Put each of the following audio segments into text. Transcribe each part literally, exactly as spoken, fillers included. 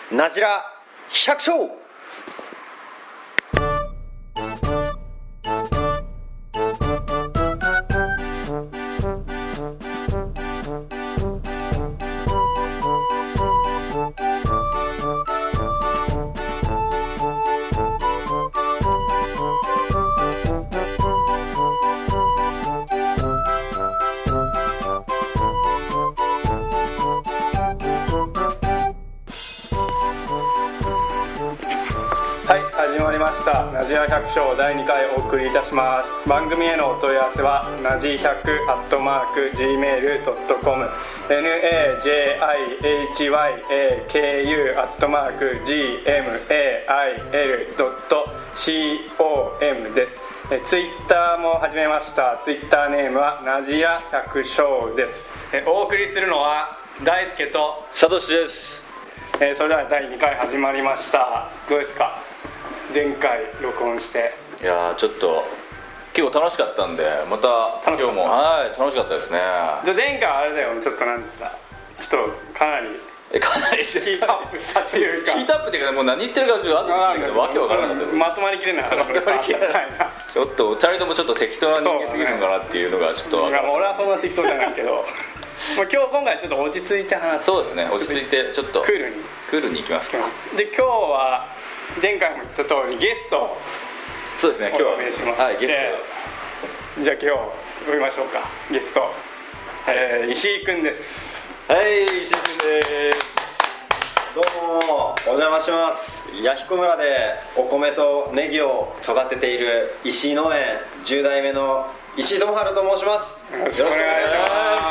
なじら百姓。 はい、始まりましたなじら百姓だいにかいお送りいたします。番組へのお問い合わせはなじひゃくアットマーク ジーメールドットコム ナジハク アットマーク ジーエムエーアイエルドットコム です。えツイッターも始めました。ツイッターネームはなじら百姓です。えお送りするのは大輔とさとしです。 えー、それではだいにかい始まりました。どうですか、前回録音して。 いやーちょっと結構楽しかったんで、また今日もはい楽しかったですね。 じゃあ前回はあれだよ、ちょっとなんだちょっとかなりえかなりヒヒートアップしたっていうかヒートアップっていうかもう何言ってるかちょっと後で聞いたけどわけわからなかったです。 まとまりきれないまとまりきれないちょっとふたりともちょっと適当な人間すぎるのかなっていうのがちょっと分かる。 俺はそんな適当じゃないけどもう今日今回ちょっと落ち着いて話す。 そうですね、落ち着いてちょっとクールにクールに行きますか。 で今日は前回も言った通りゲストをそうですね、今日はお呼びします。 はいゲストじゃあ今日呼びましょうか。ゲスト、えー、石井くんです。 トはい石井君です。 どうもお邪魔します。弥彦村でお米とネギを育てている石井農園じゅう代目の石井智春と申します。 よろしくお願いします。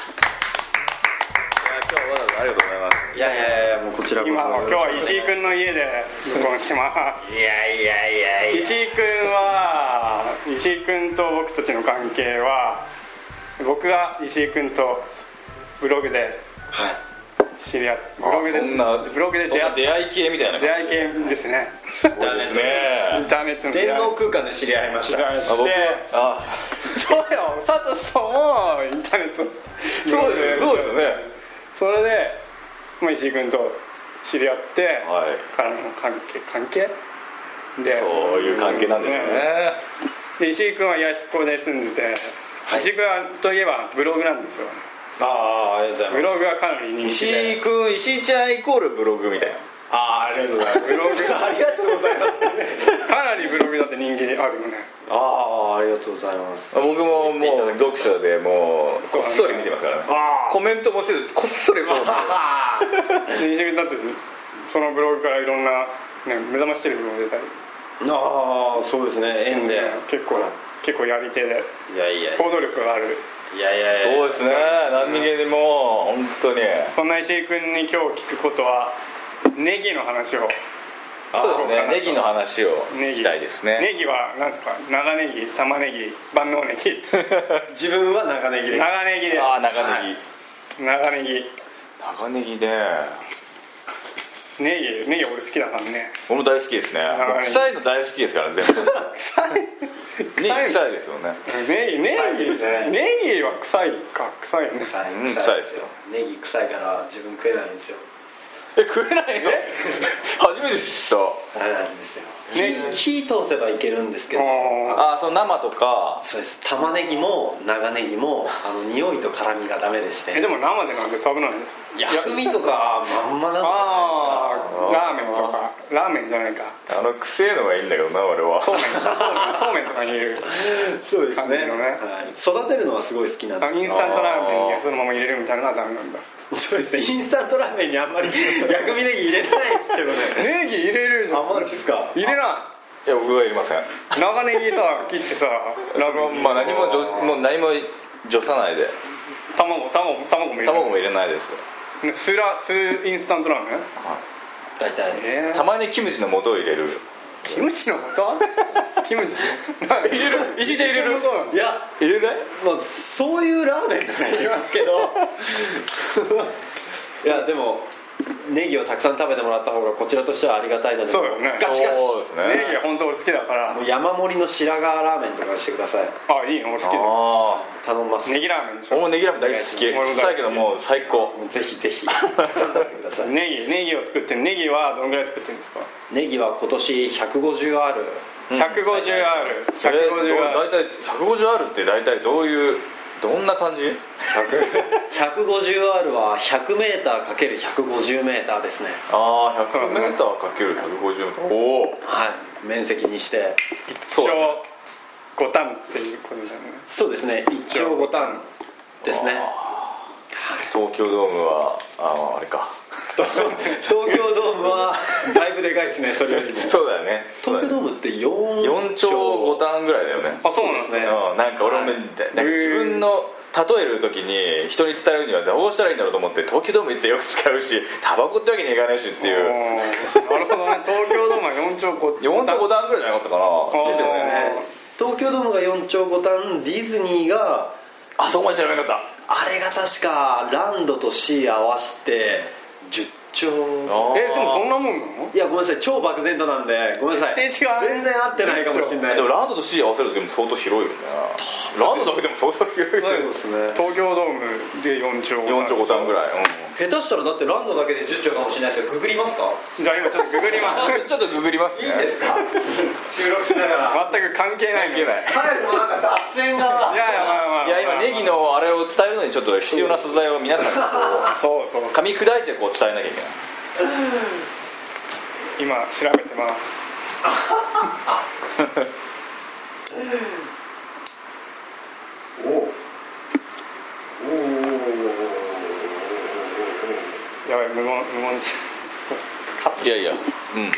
今日はわざわざありがとうございます。 いやいやいや、もうこちらこそ。 今今日は石井くんの家で録音してますいやいやいやいや。 石井くんは石井くんと僕たちの関係は、僕が石井くんとブログではい知り合って、ブログでそんなブログで出会って出会い系みたいな出会い系ですね。 そうですね。 インターネットの出会い電脳空間で知り合いました。 あ僕あそうよ、サトシともインターネットそうですね、そうですよね。 それで、まあ、石井君と知り合って、 はいからの関係関係で、 そういう関係なんですね。 で石井君は弥彦で住んでて、 はい、 石井君といえばブログなんですよ。 ああ、ありがとうございます。 ブログがかなり人気で、 石井君、石井ちゃんイコールブログみたいな。 ああ、ありがとうございます。ブログありがとうございますかなりブログだって人気あるよね。 ああ、ありがとうございます。 僕ももう読書でもうこっそり見てますからね。 あコメントもせずこっそりもうあで石井君だってそのブログからいろんな、ね、目覚ましテレビも出たり、 ああ、そうですね、縁で。 結構結構やり手でいやいやいや行動力がある。 いやいやいや、 そうですね、何気にもう本当にそんな石井君に今日聞くことはネギの話を。 そうですね、ネギの話をネギしたいですね。 ネギは何ですか？長ネギ、玉ねぎ、万能ネギ自分は長ネギです。 長ネギです。 ああ、長ネギ、 長ネギ長ネギね、 ネギネギ俺好きだからね。 俺も大好きですね。 長ネギ臭いの大好きですから全部臭いネギ臭いですよね。 ネギネギ臭いですねネギは臭いか臭いね。 臭い、 うん臭いですよ。ネギ臭いから自分食えないんですよ。 え、食えないの？初めて知った。 ダメなんですよ。 ね火、火通せばいけるんですけど。 あああ、その生とか。 そうです。玉ねぎも長ネギもあの匂いと辛みがダメでして。 えでも生でなんて食べないの？ 薬味とかまんまなんじゃあないですか。 あラーメンとかラーメンじゃないか。 あの臭いのがいいんだけどな俺は。 そうめんそうめんそうめんとかに入れる。 そうですね。 感じのねはい、育てるのはすごい好きなんですけど。 インスタントラーメンにそのまま入れるみたいなのはダメなんだ。 そうですね。インスタントラーメンにあんまり薬味ネギ入れてないですけどね。 ネギ入れるじゃん。 あ、マジですか。 入れないや僕はいりません。 い。長ネギさ切ってさラブまあ何もじょもう何も除さないで。 卵卵卵も入れる。 卵も入れないです。 スラスインスタントラーメン。 大体。 えー、 たまにキムチの素を入れる。 キムチのことキムチ入れる？石井ちゃん入れる？ いや、 入れない？ まあそういうラーメンとか言いますけど。いやでもネギをたくさん食べてもらった方がこちらとしてはありがたいので、 そうよねガシガシそうですね。 ネギは本当俺好きだからもう山盛りの白髪ラーメンとかにしてください。 あいいの俺好きだあ頼みます。 ネギラーメンでしょあ俺もネギラーメン大好き。 俺も大好き臭いけどもう最高。 ぜひぜひたくさん食べてください。 ネギネギを作ってネギはどのぐらい作ってるんですか？ ネギは今年 ひゃくごじゅうアール、 ひゃくごじゅうアール、 えー、大体 ひゃくごじゅうアール って大体どういうどんな感じ？ ひゃくごじゅうアール は ひゃくメーターかけるひゃくごじゅうメーターですね。 ああ ひゃくメーターかけるひゃくごじゅうメーター。おおはい面積にして一丁ごタンっていうことだよね。 そうですねいっちょうごタンですね。 東京ドームはあああれか東京ドームはだいぶでかいですねそれよりも。 そうだよね。 東京ドームってよんよんちょうごタンぐらいだよね。 あそうなんですね。 うんなんか俺も、はい、なんか自分の例える時に人に伝えるにはどうしたらいいんだろうと思って東京ドーム行ってよく使うしタバコってわけにいかないしっていう。 なるほどね。東京ドームはよんちょうごタンよんちょうごタンぐらいじゃなかったかな。 ですよね。東京ドームがよんちょうごタン、ディズニーがあそこまで知らなかった。 あれが確かランドと シー 合わせてじゅっちょう。 えでもそんなもんなの？ いやごめんなさい超漠然となんでごめんなさい絶対違う。 全然合ってないかもしれないでもランドと シー 合わせるとでも相当広いよね。ランドだけでも相当広いよね。 そうですね。 東京ドームでよんちょうよんちょうごタンぐらい、うん、 下手したらだってランドだけでじゅっちょうかもしれないですけどググりますか？ じゃあ今ちょっとググりますちょっとググりますね。 いいんですか？収録しながら全く関係ない関係ない。 最後なんか脱線がいやいやまあまあいや今ネギのあれを伝えるのにちょっと必要な素材を皆さんにこそうそうう噛み砕いてこう伝えなきゃいけない。 今調べてますおおやばい無言無言カットいやいやうん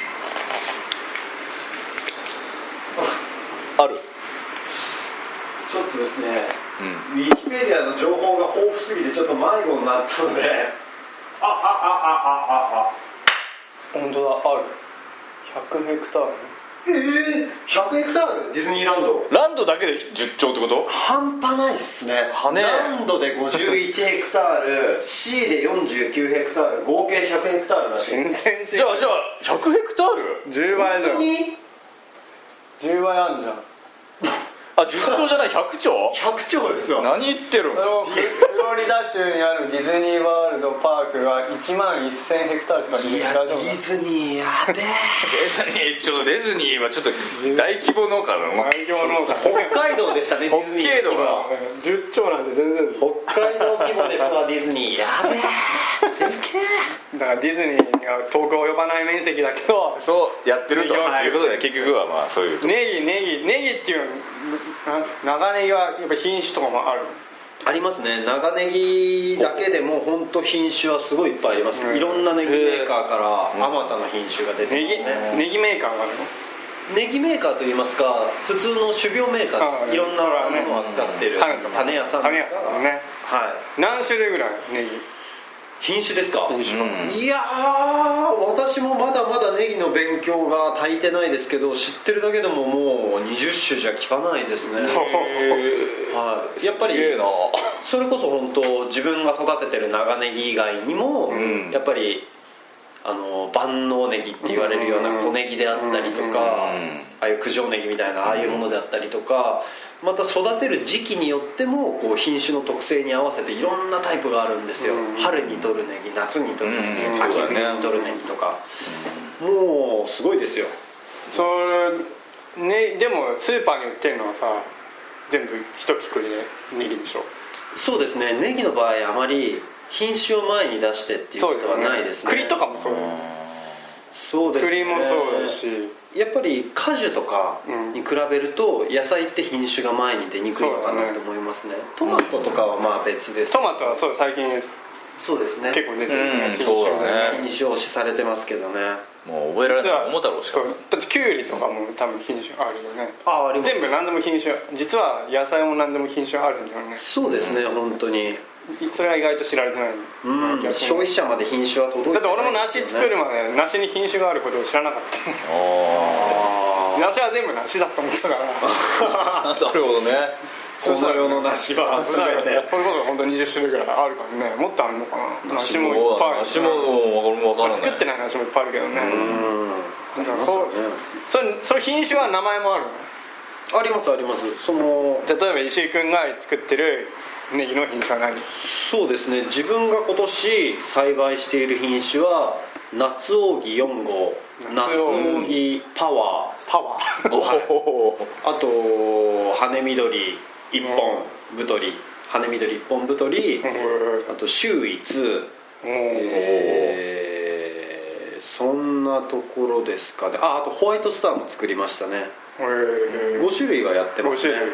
あるちょっとですね、 うん、 ウィキペディアの情報が豊富すぎてちょっと迷子になったのであああああああ本当だあるひゃくヘクタールええー、ひゃくヘクタールディズニーランドランドだけでじゅっちょうってこと？ 半端ないっすね。 はねランドでごじゅういちヘクタールシー でよんじゅうきゅうヘクタール合計ひゃくヘクタールらしい。 全然違う。 じゃあじゃあひゃくヘクタールじゅうばいじゃん。 本当にじゅうばいあんじゃん。 あじゅっちょうじゃないひゃくちょうひゃくちょうですよ。 何言ってるそのフロリダ州にあるディズニーワールドパークがいちまんせんヘクタールとかでいや大丈夫ディズニーやべえディズニーちょっとディズニーはちょっと大規模農家だな。 大規模農家北海道でしたねディズニー北海道がじゅっちょうなんて全然北海道規模ですわディズニーやべえでけえだからディズニーが遠く及ばない面積だけどそうやってるということで結局はまあそういうネギネギネギっていうな長ネギはやっぱ品種とかもある。 ありますね。長ネギだけでも本当品種はすごいいっぱいあります、うん、いろんなネギメーカーからあまたの品種が出てますね。 ネギメーカーがあるの？ ネギメーカーといいますか普通の種苗メーカーです。いろんなものを扱ってる種屋さん種屋さんね。 はい。 何種類ぐらいネギ？ 品種ですか？ 品種、 うん、いやー私もまだまだネギの勉強が足りてないですけど知ってるだけでももうにじゅっしゅじゃ効かないですね。はい、やっぱりそれこそ本当自分が育ててる長ネギ以外にも、うん、やっぱりあの万能ネギって言われるような小ネギであったりとか、うん、ああいう九条ネギみたいなああいうものであったりとか、また育てる時期によってもこう品種の特性に合わせていろんなタイプがあるんですよ、うん、春に取るネギ、夏に取るネギ、うん、秋冬に取るネギとか、うん、もうすごいですよ。 それ、ね、でもスーパーに売ってるのはさ全部一くくりでネギでしょ？ そうですね。ネギの場合あまり品種を前に出してっていうことはないですね。 栗とかもそうだよね。 そうですね。 栗もそうだしやっぱり果樹とかに比べると野菜って品種が前に出にくいのかなと思いますね。トマトとかはまあ別です。 トマトはそう最近そうですね結構出てるね、 うん、そうだね。 品種押しされてますけどね。 もう覚えられない桃太郎しか。 だってキュウリとかも多分品種あるよね。 ああります。 全部何でも品種実は野菜も何でも品種あるんだよね。 そうですね、うん、本当にそれは意外と知られてない、 うん、消費者まで品種は届いてない、ね、だって俺も梨作るまで梨に品種があることを知らなかった。 あ梨は全部梨だと思ってたからなるほどね。 この世の梨は全てそういうことが本当ににじゅっしゅるいぐらいあるからね。もっとあるのかな。梨もいっぱいある。 梨も分からない。 作ってない梨もいっぱいあるけどね。 うんだからそうそれそれ品種は名前もあるの？ ありますあります。その例えば石井君が作ってるネギの品種は何？ そうですね、自分が今年栽培している品種は夏扇よん号、夏扇パワー、 パワーあと羽緑一本太り、羽緑一本太り、あと秀逸、えー、そんなところですかね。あ、あとホワイトスターも作りましたね。ごしゅるいはやってますね。 はい、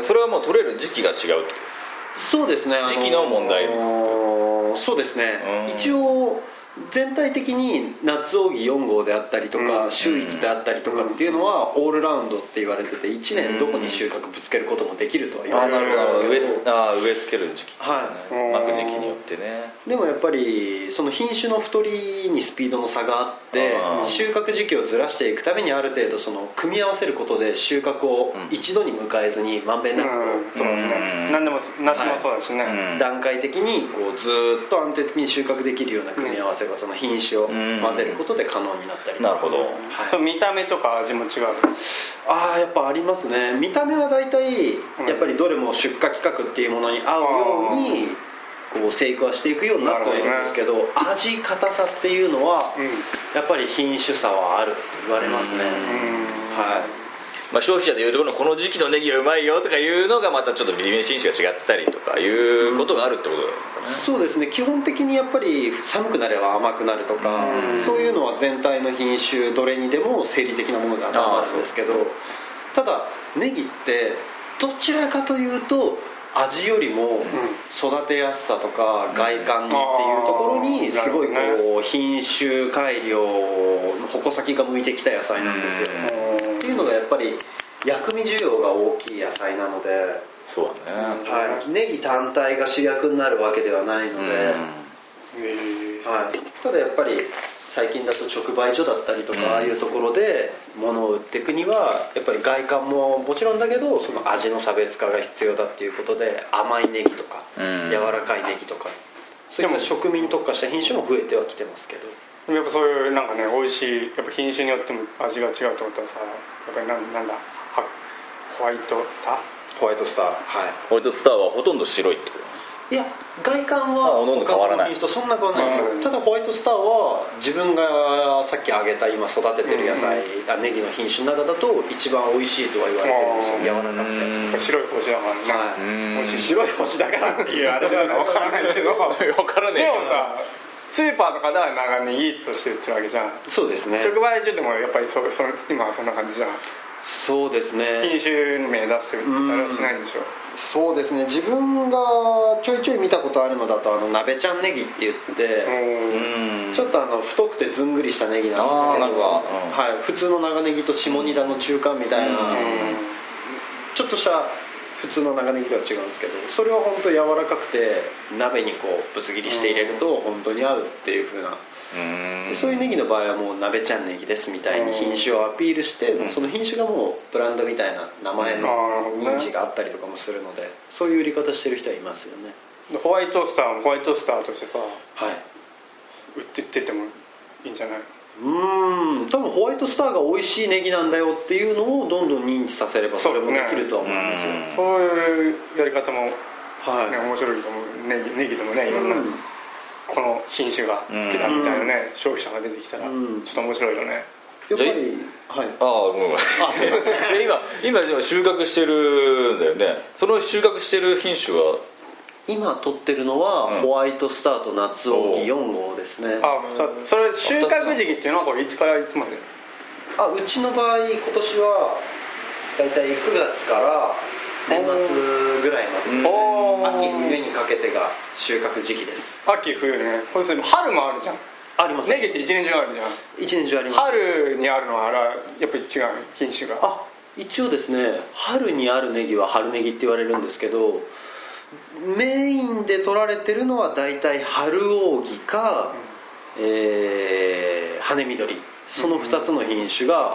それはもう取れる時期が違うって。 そうですね、 時期の問題。 そうですね、一応全体的に夏扇よん号であったりとか秀逸であったりとかっていうのはオールラウンドって言われてていちねんどこに収穫ぶつけることもできるとは言われてるんですけど、 あ、植え付ける時期ってね、はい、巻く時期によってね。 でもやっぱりその品種の太りにスピードの差があって収穫時期をずらしていくためにある程度その組み合わせることで収穫を一度に迎えずにまんべんなくこう、 そうね、何でも梨もそうだしね、 はい、段階的にこうずっと安定的に収穫できるような組み合わせがその品種を混ぜることで可能になったりとか。 なるほど、はい、 その見た目とか味も違う？ ああ、やっぱありますね。見た目は大体やっぱりどれも出荷規格っていうものに合うようにこう生育はしていくようになってはいるんですけど、味硬さっていうのはやっぱり品種差はあるって言われますね。はい、 まあ、消費者でいうところのこの時期のネギがうまいよとかいうのがまたちょっと微妙に品種が違ってたりとかいうことがあるってことですかね。 そうですね、基本的にやっぱり寒くなれば甘くなるとかそういうのは全体の品種どれにでも生理的なものがあるんですけど、ただネギってどちらかというと味よりも育てやすさとか外観にっていうところにすごいこう品種改良の矛先が向いてきた野菜なんですよ。っていうのがやっぱり薬味需要が大きい野菜なので、 そうだね、 はい、ネギ単体が主役になるわけではないので、はい、ただやっぱり最近だと直売所だったりとかああいうところで物を売っていくにはやっぱり外観ももちろんだけどその味の差別化が必要だっていうことで甘いネギとか柔らかいネギとかそういった食味に特化した品種も増えてはきてますけど、 やっぱそういうなんかね美味しいやっぱ品種によっても味が違うってことはさ、やっぱりな ん, なんだホワイトスターホワイトスター、はい、 ホワイトスターはほとんど白いってことです。 いや外観はほとんど変わらない。 そんな変わらないんですよ、うん、ただホワイトスターは自分がさっき挙げた今育ててる野菜、うん、ネギの品種の中だと一番美味しいとは言われてるんですよ、柔らかくて白い星だからね、はい、美味しい白い星だからっていうあれは分からないけど分からねえでもさスーパーとかでは長ネギとして売ってるわけじゃん。 そうですね、 直売所でもやっぱりそそ今はそんな感じじゃん。 そうですね、 品種名出してるって言ったらしないんでしょ。 そうですね、自分がちょいちょい見たことあるのだとあの鍋ちゃんネギって言ってちょっとあの太くてずんぐりしたネギなんですけど、なんか、うん、はい、普通の長ネギと下仁田の中間みたいなちょっとした普通の長ネギとは違うんですけど、それは本当柔らかくて鍋にこうぶつ切りして入れると本当に合うっていう風な、うんそういうネギの場合はもう鍋ちゃんネギですみたいに品種をアピールして、その品種がもうブランドみたいな名前の認知があったりとかもするので、そういう売り方してる人はいますよね。 ホワイトスターもホワイトスターとしてさ、 はい、 売ってっててもいいんじゃない？ うーん、多分ホワイトスターが美味しいネギなんだよっていうのをどんどん認知させればそれもできるとは思うんですよ。 そういうやり方も、はいね、面白いと思う。ネギ、ネギでもね、いろんな、うん、この品種が好きだみたいなね、うん、消費者が出てきたら、うん、ちょっと面白いよね。 やっぱり、はい、 ああ、ごめんごめん。あ、すいません。今、今でも収穫してるんだよね。その収穫してる品種は今取ってるのは、うん、ホワイトスターと夏扇よん号ですね。 あ、それ収穫時期っていうのはこれいつからいつまで？ あ、うちの場合今年はだいたいくがつから年末ぐらいまでですね。秋冬にかけてが収穫時期です。 秋冬ね。これ春もあるじゃん。 あります。 ネギって一年中あるじゃん。 一年中あります。 春にあるのはあれはやっぱり違う品種が。 あ、一応ですね、春にあるネギは春ネギって言われるんですけど、メインで取られてるのは大体春扇か、うん、えー、羽緑、そのふたつの品種が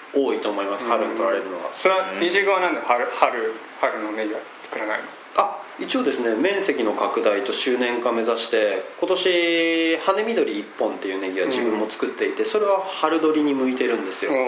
多いと思います、春に取られるのは。 それは石井君はなんで 春, 春, 春のネギは作らないの？ あ、一応ですね、面積の拡大と周年化目指して今年羽緑いっぽんっていうネギは自分も作っていて、それは春取りに向いてるんですよ、うん、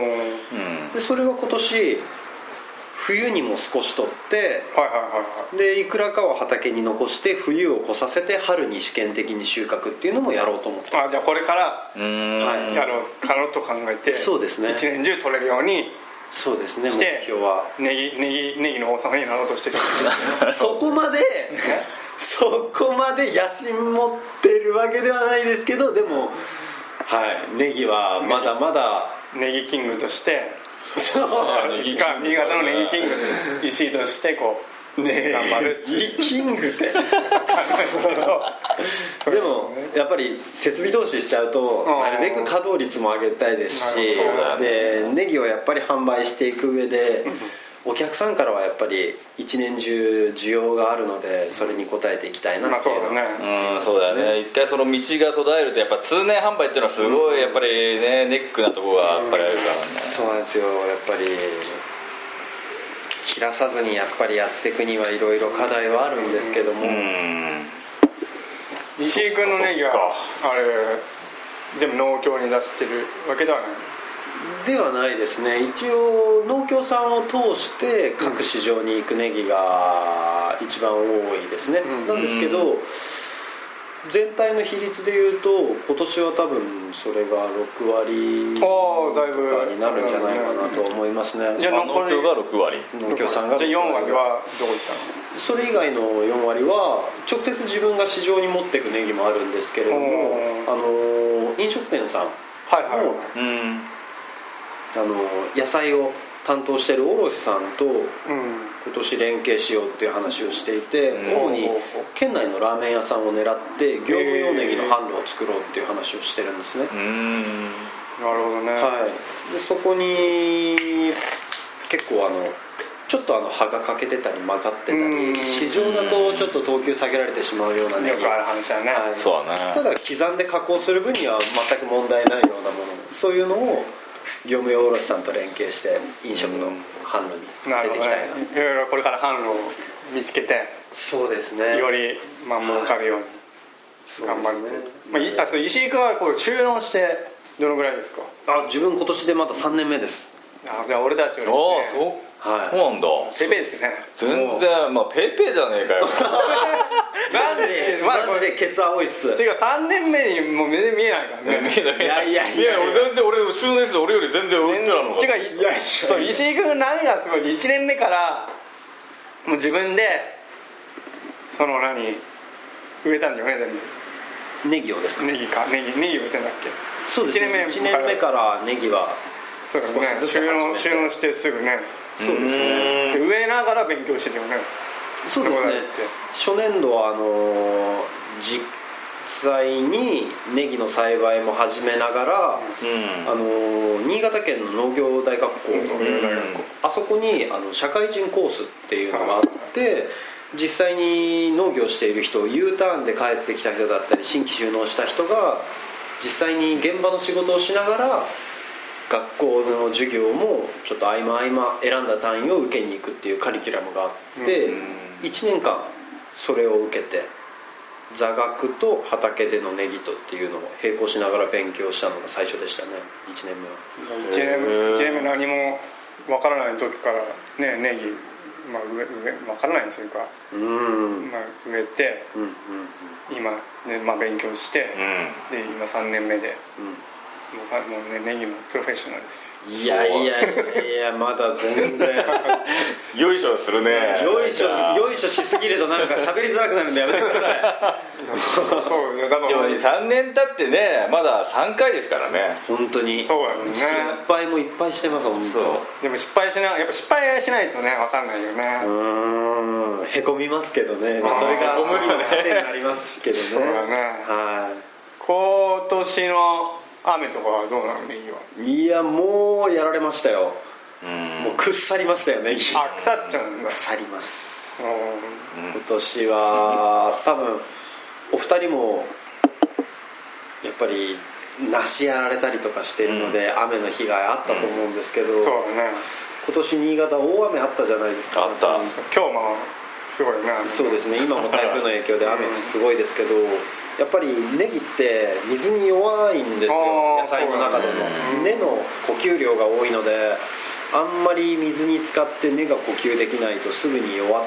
でそれは今年冬にも少し取って、 はいはいはいはい、 でいくらかは畑に残して冬を越させて春に試験的に収穫っていうのもやろうと思ってます。 あ、じゃあこれからうーん、 やろうかろうと考えて、 そうですね、 一年中取れるように、 そうですね、目して標はネギネギネギの王様になろうとしてるそこまでそこまで野心持ってるわけではないですけど、でもはいネギはまだまだネギキングとして新潟のネギキング石井としてこうね、 頑張るネギキングってでもやっぱり設備投資しちゃうとなるべく稼働率も上げたいですし、でネギをやっぱり販売していく上でお客さんからはやっぱり一年中需要があるので、それに応えていきたいなっていう、 まあそうだね、 うん、そうだよね。一回その道が途絶えるとやっぱ通年販売っていうのはすごいやっぱりね、ネックなところがやっぱりあるからね。 そうなんですよ、やっぱり切らさずにやっぱりやっていくにはいろいろ課題はあるんですけども、うん、 石井君のネギはあれ全部農協に出してるわけではないではないですね。一応農協さんを通して各市場に行くネギが一番多いですね、うん、なんですけど全体の比率でいうと今年は多分それがろくわりとかになるんじゃないかなと思いますね。 じゃあ農協がろくわり、 農協さんがじゃあよんわりはどこ行ったの？ それ以外のよんわりは直接自分が市場に持っていくネギもあるんですけれども、あの飲食店さんの、 はいはい、うんあの野菜を担当している卸さんと今年連携しようっていう話をしていて、うん、主に県内のラーメン屋さんを狙って業務用ネギの販路を作ろうっていう話をしてるんですね。 うん、なるほどね、 はい、でそこに結構あのちょっとあの葉が欠けてたり曲がってたり、市場だとちょっと等級下げられてしまうようなネギ、 よくある話だね、 はい、 そうだね。 ただ刻んで加工する分には全く問題ないようなもの、そういうのを業務用卸さんと連携して飲食の販路に出ていきたいな、 うん、いろいろこれから販路を見つけて、 そうですね、 よりまあ儲かるように頑張る、ね、まあ、あそう石井君はこう収納してどのぐらいですか？ あ、自分今年でまださんねんめです。 あ、じゃあ俺たちより、ね、 ああ、そうはい、そうなんだ。 ペイペイですね。 全然、まあペイペイじゃねえかよマジで、まあ、 マジでケツ青いっす。 違う、さんねんめにもう目で見えないからね。 見えない見えない。 いやいやいや、 いや俺全然、俺収納して俺より全然売ってなのか。 違う、いやそう石井君何がすごい、いちねんめからもう自分でその何植えたんだよね、全部ネギをですか？ ネギか、ネギ、ネギ植えてんだっけ？ そうですね、いちねんめからネギはそうですね、収納、収納してすぐね、 そうですね、 植えながら勉強してるよね。 そうですね、初年度はあの実際にネギの栽培も始めながら、うん、あの新潟県の農業大学校、うん、あそこにあの社会人コースっていうのがあって、実際に農業している人、 U ターンで帰ってきた人だったり新規就農した人が実際に現場の仕事をしながら学校の授業もちょっと合間合間選んだ単位を受けに行くっていうカリキュラムがあって、うん、いちねんかんそれを受けて座学と畑でのネギとっていうのを並行しながら勉強したのが最初でしたね。いちねんめは 1, 年目何もわからない時からね、ネギ、まあ、植えわからないんですよか、うんまあ、植えて、うんうんうん、今、ねまあ、勉強して、うん、で今さんねんめで、うん、もうね、ネギのプロフェッショナルですよ。 いやいやいや、まだ全然よいしょするね。 よいしょよいしょしすぎるとなんか喋りづらくなるんでやめてくださいそうね、だからでもさんねん経ってね、まださんかいですからね。 本当にそうだね、 失敗もいっぱいしてます。本当でも失敗しない、やっぱ失敗しないとね分かんないよね。 うーん、へこみますけどね、それが次の糧になりますけどね。そうだね、 はい。今年の雨とかはどうなの、ネギは。 いや、もうやられましたよ。うんもう腐りましたよ、ネギ。 あ、腐っちゃうんだ。 腐ります。うん今年は多分お二人もやっぱり梨やられたりとかしているので、うん、雨の被害あったと思うんですけど、 うん、そうだね、 今年新潟大雨あったじゃないですか。 あった。 今日もすごいね。 そうですね、今も台風の影響で雨すごいですけど、やっぱりネギって水に弱いんですよ、野菜の中でも。根の呼吸量が多いので、あんまり水に浸かって根が呼吸できないとすぐに弱って、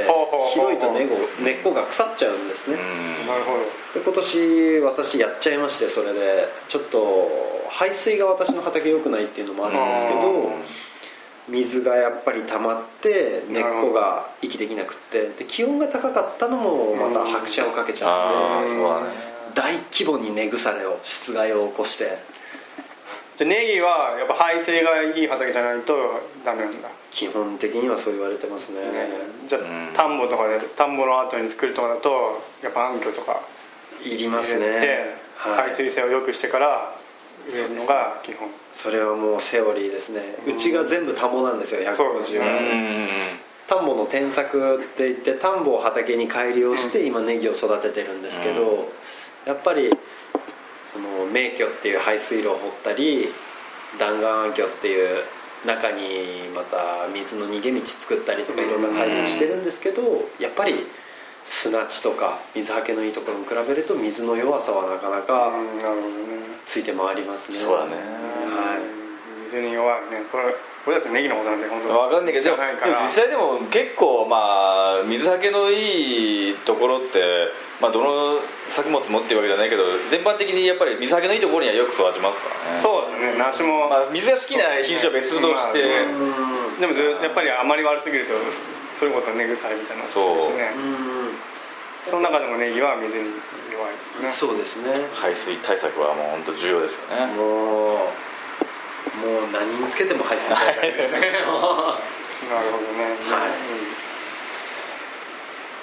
広いと根っこ、根っこが腐っちゃうんですね。 なるほど。 で今年私やっちゃいまして、それでちょっと排水が私の畑良くないっていうのもあるんですけど、水がやっぱり溜まって根っこが息できなくって、で気温が高かったのもまた拍車をかけちゃって、大規模に根腐れを湿害を起こして。 じゃあネギはやっぱ排水がいい畑じゃないとダメなんだ。 基本的にはそう言われてますね。ね、 じゃあ、うん、田んぼとかで田んぼの後に作るとかだとやっぱ暗渠とかいりますね。 排水性を良くしてから植えるのが基本。 それはもうセオリーですね。うちが全部田んぼなんですよ、ひゃくごじゅうは。田んぼの転作って言って田んぼを畑に改良して今ネギを育ててるんですけど、やっぱりその名渠っていう排水路を掘ったり、弾丸暗渠っていう中にまた水の逃げ道作ったりとかいろんな改良してるんですけど、やっぱり砂地とか水はけのいいところに比べると水の弱さはなかなかついて回りますね。 そうだね、 はい、 水に弱いね。これ俺たちネギのことなんで本当に分かんないけど、でも実際でも結構まあ水はけのいいところって、まあ、どの作物もっていうわけじゃないけど、全般的にやっぱり水はけのいいところにはよく育ちますからね。 そうだね、梨も、まあ、水が好きな品種は別として、 まあ、でもやっぱりあまり悪すぎるとそれこそ根腐れみたいなそうしね。その中でもネギは水に弱い、ね、 そうですね。 排水対策はもう本当重要ですよね。 もうもう何につけても排水対策ですね。なるほどね。はい、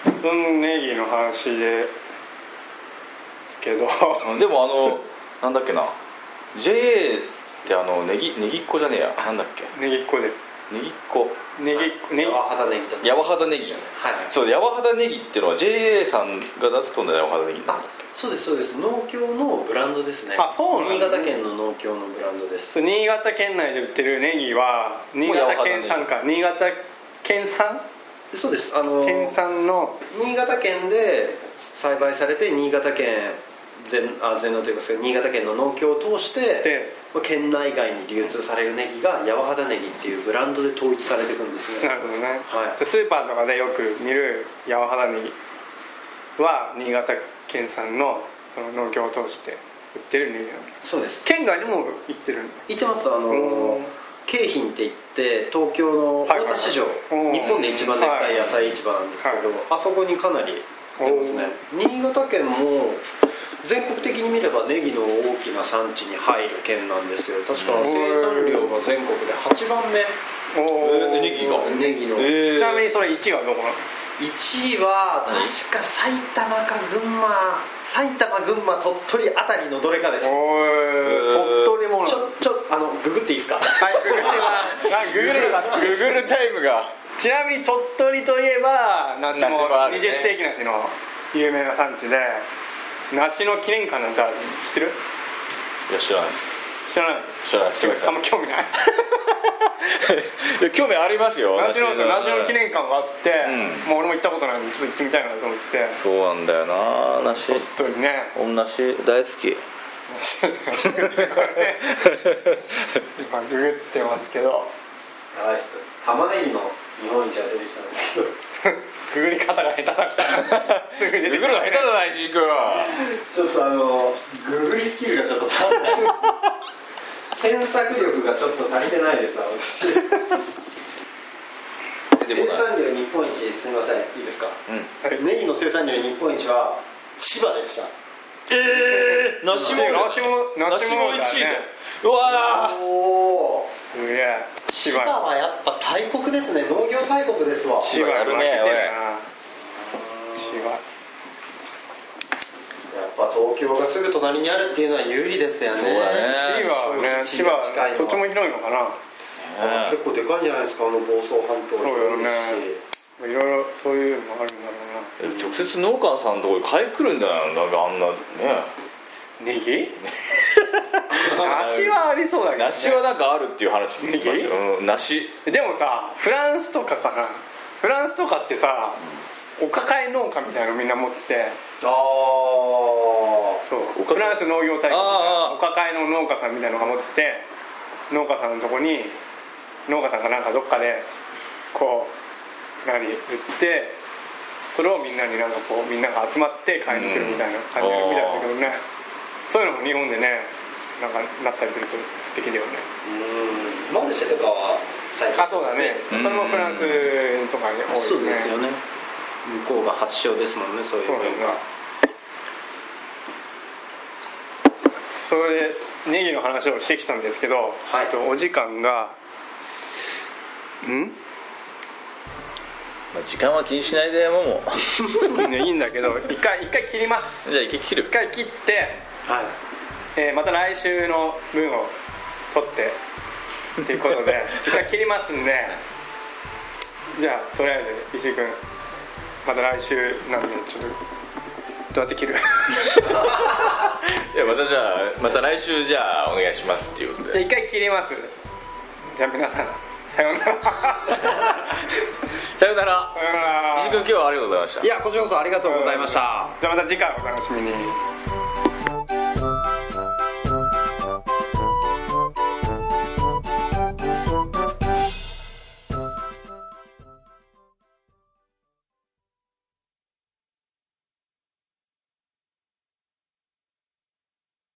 そのネギの話ですけどでもあのなんだっけな ジェーエー ってあのネギネギっ子じゃねえや、なんだっけ、 ネギっ子でネギっ子ネギネギヤワハダネギとヤワハダネギ、はい、そうヤワハダネギっていうのは ジェーエー さんが出すとのヤワハダネギなんだっけ。 そうですそうです、農協のブランドですね。 あ、そうなんだ。 新潟県の農協のブランドです。 新潟県内で売ってるネギは新潟県産か、新潟県産、 そうです、あの県産の新潟県で栽培されて、新潟県全あ全農というか新潟県の農協を通して県内外に流通されるネギがヤワハダネギっていうブランドで統一されていくんですね。 なるほどね、 はい、 スーパーとかでよく見るヤワハダネギは新潟県産の農協を通して売ってるネギなんです。 そうです。 県外にも売ってるんです。 売ってます。あの京浜って言って東京の大田市場、はいはい、日本で一番でっかい野菜市場なんですけど、はいはい、あそこにかなり売ってますね。新潟県も全国的に見ればネギの大きな産地に入る県なんですよ。確か生産量が全国ではちばんめ。 おネギがネギの、 えー、ちなみにそれいちいはどこなの？ いちいは確か埼玉か群馬、埼玉群馬鳥取あたりのどれかです。 鳥取もちょちょあのググっていいですか？ はいググってますググるググるタイムが。 ちなみに鳥取といえば梨もにじゅっ世紀梨の有名な産地で、梨の記念館なんて知ってる？ いや知らないです。 知らない知らないです。 あんま興味ないいや興味ありますよ。 梨の梨の記念館があって、うん、もう俺も行ったことないのでちょっと行ってみたいなと思って。 そうなんだよな、梨鳥取ね、 お梨大好き今ググってますけど、 やばいっす。玉ねぎの日本一が出てきたんですけどググり方が下手だからすぐ出てきた。 ググるの下手だな石井君は。 ちょっとあのググりスキルがちょっと足らない検索力がちょっと足りてないです私生産量日本一、すみませんいいですか、うんはい、ネギの生産量日本一は千葉でした。 えー、梨も梨も梨もいちいで、 うわーおーすげえ。 千葉はやっぱ大国ですね。農業大国ですわ。 千葉やるね。 千葉やっぱ東京がすぐ隣にあるっていうのは有利ですよね。 そうだね。 千葉はとても広いのかな、 ね、結構でかいんじゃないですか、あの房総半島。 そうよね、いろいろそういうのもあるんだろうな。 直接農家さんのところに買い来るんだよ、なんかあんなね。 ネギ梨はありそうだけど、ね、 梨はなんかあるっていう話聞きましたよ、うん、梨でもさフランスとかかな、フランスとかってさ、うん、お抱え農家みたいなのみんな持ってて、 ああそうフランス農業大会お抱えの農家さんみたいなのが持ってて、農家さんのとこに農家さんがなんかどっかでこう何売って、それをみんなになんかこうみんなが集まって買いに来るみたいな感じでみたいだけどね、そういうのも日本でねなんかなったりすると素敵だよね。 うん、マルシェとかは最近あそうだね、それもフランスとかに多いね。 そうですよね、向こうが発祥ですもんね、そういう文化。 それでネギの話をしてきたんですけど、はい、お時間がんまあ、時間は気にしないでももういいんだけど一回一回切ります。 じゃあ一回切る一回切って、はいえー、また来週の分を取ってっていうことで一回切りますんで、じゃあとりあえず石井君また来週なんでちょっとどうやって切るいやまたじゃあまた来週じゃあお願いしますっていうことで、 じゃあ一回切ります。じゃあ皆さんさようならさようなら。 さようなら。 石井君今日はありがとうございました。 いやこちらこそありがとうございました。 じゃあまた次回お楽しみに。